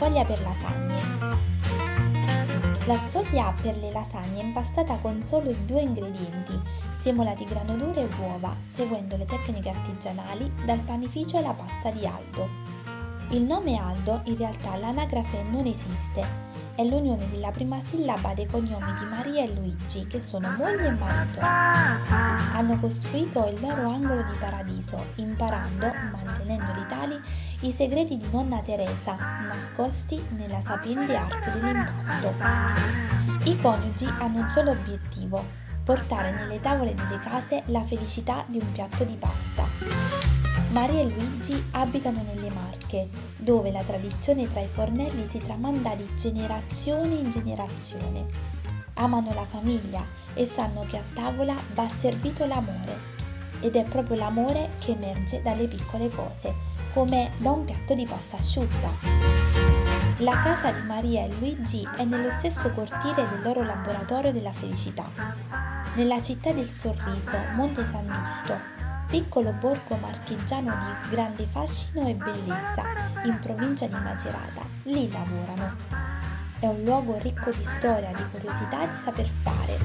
Sfoglia per lasagne. La sfoglia per le lasagne è impastata con solo 2 ingredienti, semola di grano duro e uova, seguendo le tecniche artigianali dal panificio alla pasta di Aldo. Il nome Aldo in realtà all'anagrafe non esiste, è l'unione della prima sillaba dei cognomi di Maria e Luigi, che sono moglie e marito. Hanno costruito il loro angolo di paradiso, imparando, mantenendoli tali, i segreti di nonna Teresa, nascosti nella sapiente arte dell'impasto. I coniugi hanno un solo obiettivo: portare nelle tavole delle case la felicità di un piatto di pasta. Maria e Luigi abitano nelle Marche, dove la tradizione tra i fornelli si tramanda di generazione in generazione. Amano la famiglia e sanno che a tavola va servito l'amore. Ed è proprio l'amore che emerge dalle piccole cose, come da un piatto di pasta asciutta. La casa di Maria e Luigi è nello stesso cortile del loro laboratorio della felicità, nella città del Sorriso, Monte San Giusto, piccolo borgo marchigiano di grande fascino e bellezza, in provincia di Macerata. Lì lavorano. È un luogo ricco di storia, di curiosità e di saper fare.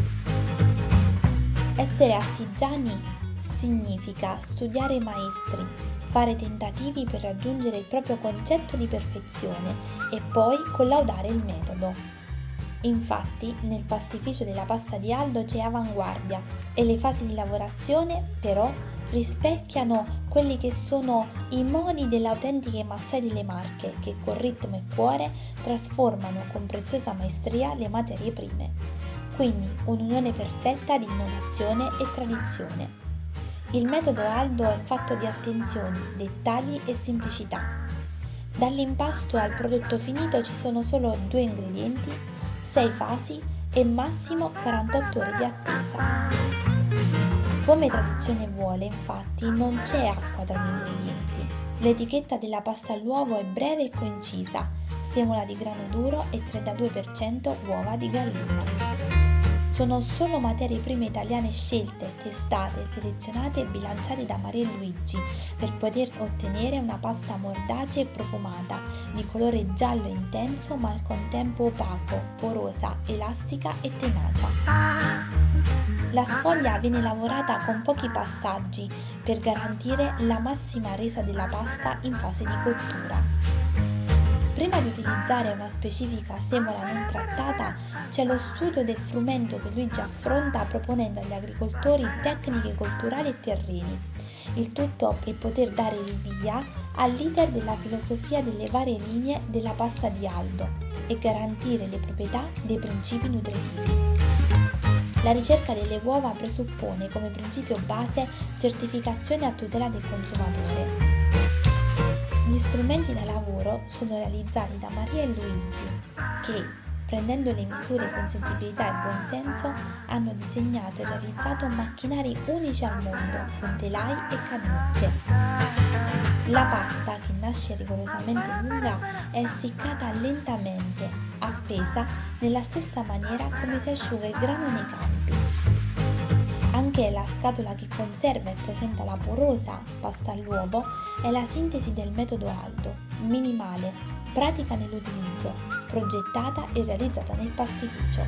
Essere artigiani significa studiare i maestri, fare tentativi per raggiungere il proprio concetto di perfezione e poi collaudare il metodo. Infatti, nel pastificio della pasta di Aldo c'è avanguardia e le fasi di lavorazione, però, rispecchiano quelli che sono i modi delle autentiche massai delle Marche che con ritmo e cuore trasformano con preziosa maestria le materie prime. Quindi un'unione perfetta di innovazione e tradizione. Il metodo Aldo è fatto di attenzioni, dettagli e semplicità. Dall'impasto al prodotto finito ci sono solo 2 ingredienti, 6 fasi e massimo 48 ore di attesa. Come tradizione vuole, infatti, non c'è acqua tra gli ingredienti. L'etichetta della pasta all'uovo è breve e concisa, semola di grano duro e 32% uova di gallina. Sono solo materie prime italiane scelte, testate, selezionate e bilanciate da Maria e Luigi per poter ottenere una pasta mordace e profumata, di colore giallo intenso ma al contempo opaco, porosa, elastica e tenacia. La sfoglia viene lavorata con pochi passaggi per garantire la massima resa della pasta in fase di cottura. Prima di utilizzare una specifica semola non trattata, c'è lo studio del frumento che Luigi affronta proponendo agli agricoltori tecniche colturali e terreni. Il tutto per poter dare il via all'iter della filosofia delle varie linee della pasta di Aldo e garantire le proprietà dei principi nutritivi. La ricerca delle uova presuppone come principio base certificazione a tutela del consumatore. Gli strumenti da lavoro sono realizzati da Maria e Luigi che, prendendo le misure con sensibilità e buonsenso, hanno disegnato e realizzato macchinari unici al mondo con telai e cannucce. La pasta, che nasce rigorosamente lunga, è essiccata lentamente, appesa nella stessa maniera come si asciuga il grano nei campi. Anche la scatola che conserva e presenta la porosa pasta all'uovo è la sintesi del metodo Aldo, minimale, pratica nell'utilizzo, progettata e realizzata nel pastificio.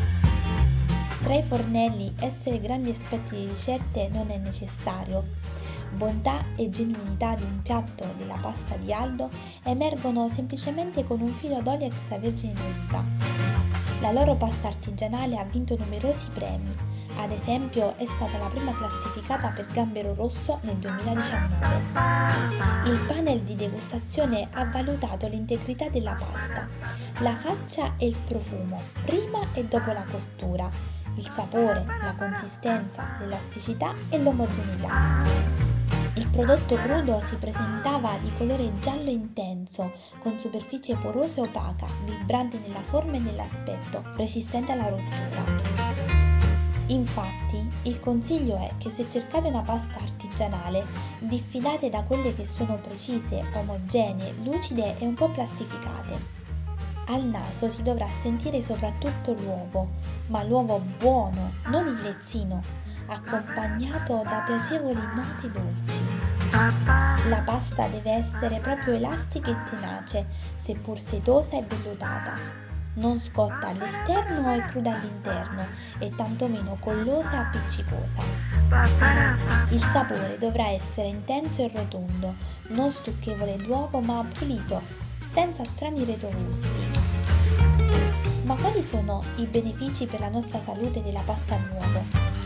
Tra i fornelli essere grandi esperti di ricette non è necessario. Bontà e genuinità di un piatto della pasta di Aldo emergono semplicemente con un filo d'olio extravergine d'oliva. La loro pasta artigianale ha vinto numerosi premi. Ad esempio è stata la prima classificata per Gambero Rosso nel 2019. Il panel di degustazione ha valutato l'integrità della pasta, la faccia e il profumo, prima e dopo la cottura, il sapore, la consistenza, l'elasticità e l'omogeneità. Il prodotto crudo si presentava di colore giallo intenso, con superficie porosa e opaca, vibrante nella forma e nell'aspetto, resistente alla rottura. Infatti, il consiglio è che se cercate una pasta artigianale, diffidate da quelle che sono precise, omogenee, lucide e un po' plastificate. Al naso si dovrà sentire soprattutto l'uovo, ma l'uovo buono, non il lezzino, accompagnato da piacevoli note dolci. La pasta deve essere proprio elastica e tenace, seppur setosa e vellutata. Non scotta all'esterno e cruda all'interno, e tantomeno collosa e appiccicosa. Il sapore dovrà essere intenso e rotondo, non stucchevole d'uovo ma pulito, senza strani retrogusti. Ma quali sono i benefici per la nostra salute della pasta all'uovo?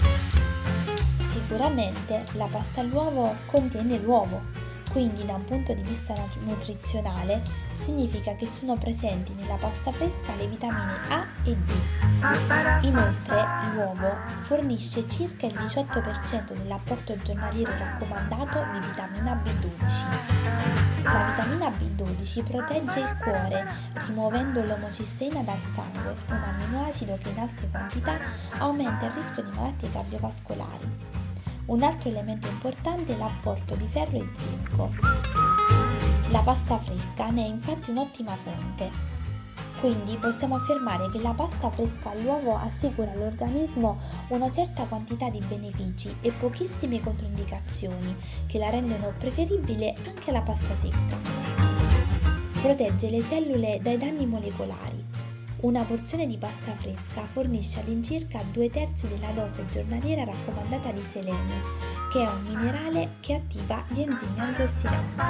Sicuramente la pasta all'uovo contiene l'uovo, quindi da un punto di vista nutrizionale significa che sono presenti nella pasta fresca le vitamine A e D. Inoltre l'uovo fornisce circa il 18% dell'apporto giornaliero raccomandato di vitamina B12. La vitamina B12 protegge il cuore, rimuovendo l'omocisteina dal sangue, un amminoacido che in alte quantità aumenta il rischio di malattie cardiovascolari. Un altro elemento importante è l'apporto di ferro e zinco. La pasta fresca ne è infatti un'ottima fonte. Quindi possiamo affermare che la pasta fresca all'uovo assicura all'organismo una certa quantità di benefici e pochissime controindicazioni che la rendono preferibile anche alla pasta secca. Protegge le cellule dai danni molecolari. Una porzione di pasta fresca fornisce all'incirca 2/3 della dose giornaliera raccomandata di selenio, che è un minerale che attiva gli enzimi antiossidanti.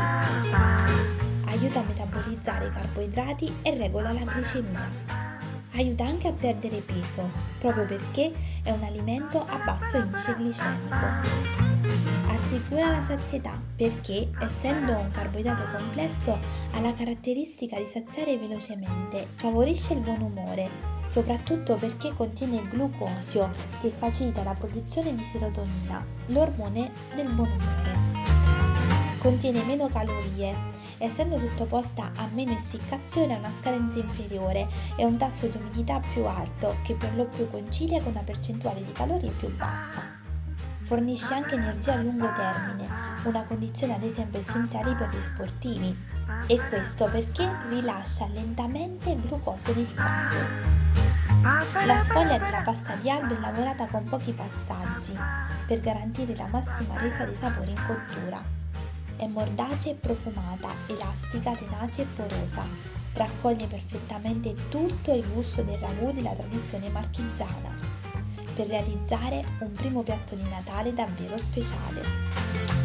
Aiuta a metabolizzare i carboidrati e regola la glicemia. Aiuta anche a perdere peso, proprio perché è un alimento a basso indice glicemico. Assicura la sazietà perché, essendo un carboidrato complesso, ha la caratteristica di saziare velocemente. Favorisce il buon umore, soprattutto perché contiene il glucosio che facilita la produzione di serotonina, l'ormone del buon umore. Contiene meno calorie, essendo sottoposta a meno essiccazione, a una scadenza inferiore e un tasso di umidità più alto che per lo più coincide con una percentuale di calorie più bassa. Fornisce anche energia a lungo termine, una condizione ad esempio essenziale per gli sportivi, e questo perché rilascia lentamente il glucosio nel sangue. La sfoglia della pasta di aldo è lavorata con pochi passaggi per garantire la massima resa dei sapori in cottura. È mordace e profumata, elastica, tenace e porosa. Raccoglie perfettamente tutto il gusto del ragù della tradizione marchigiana, per realizzare un primo piatto di Natale davvero speciale.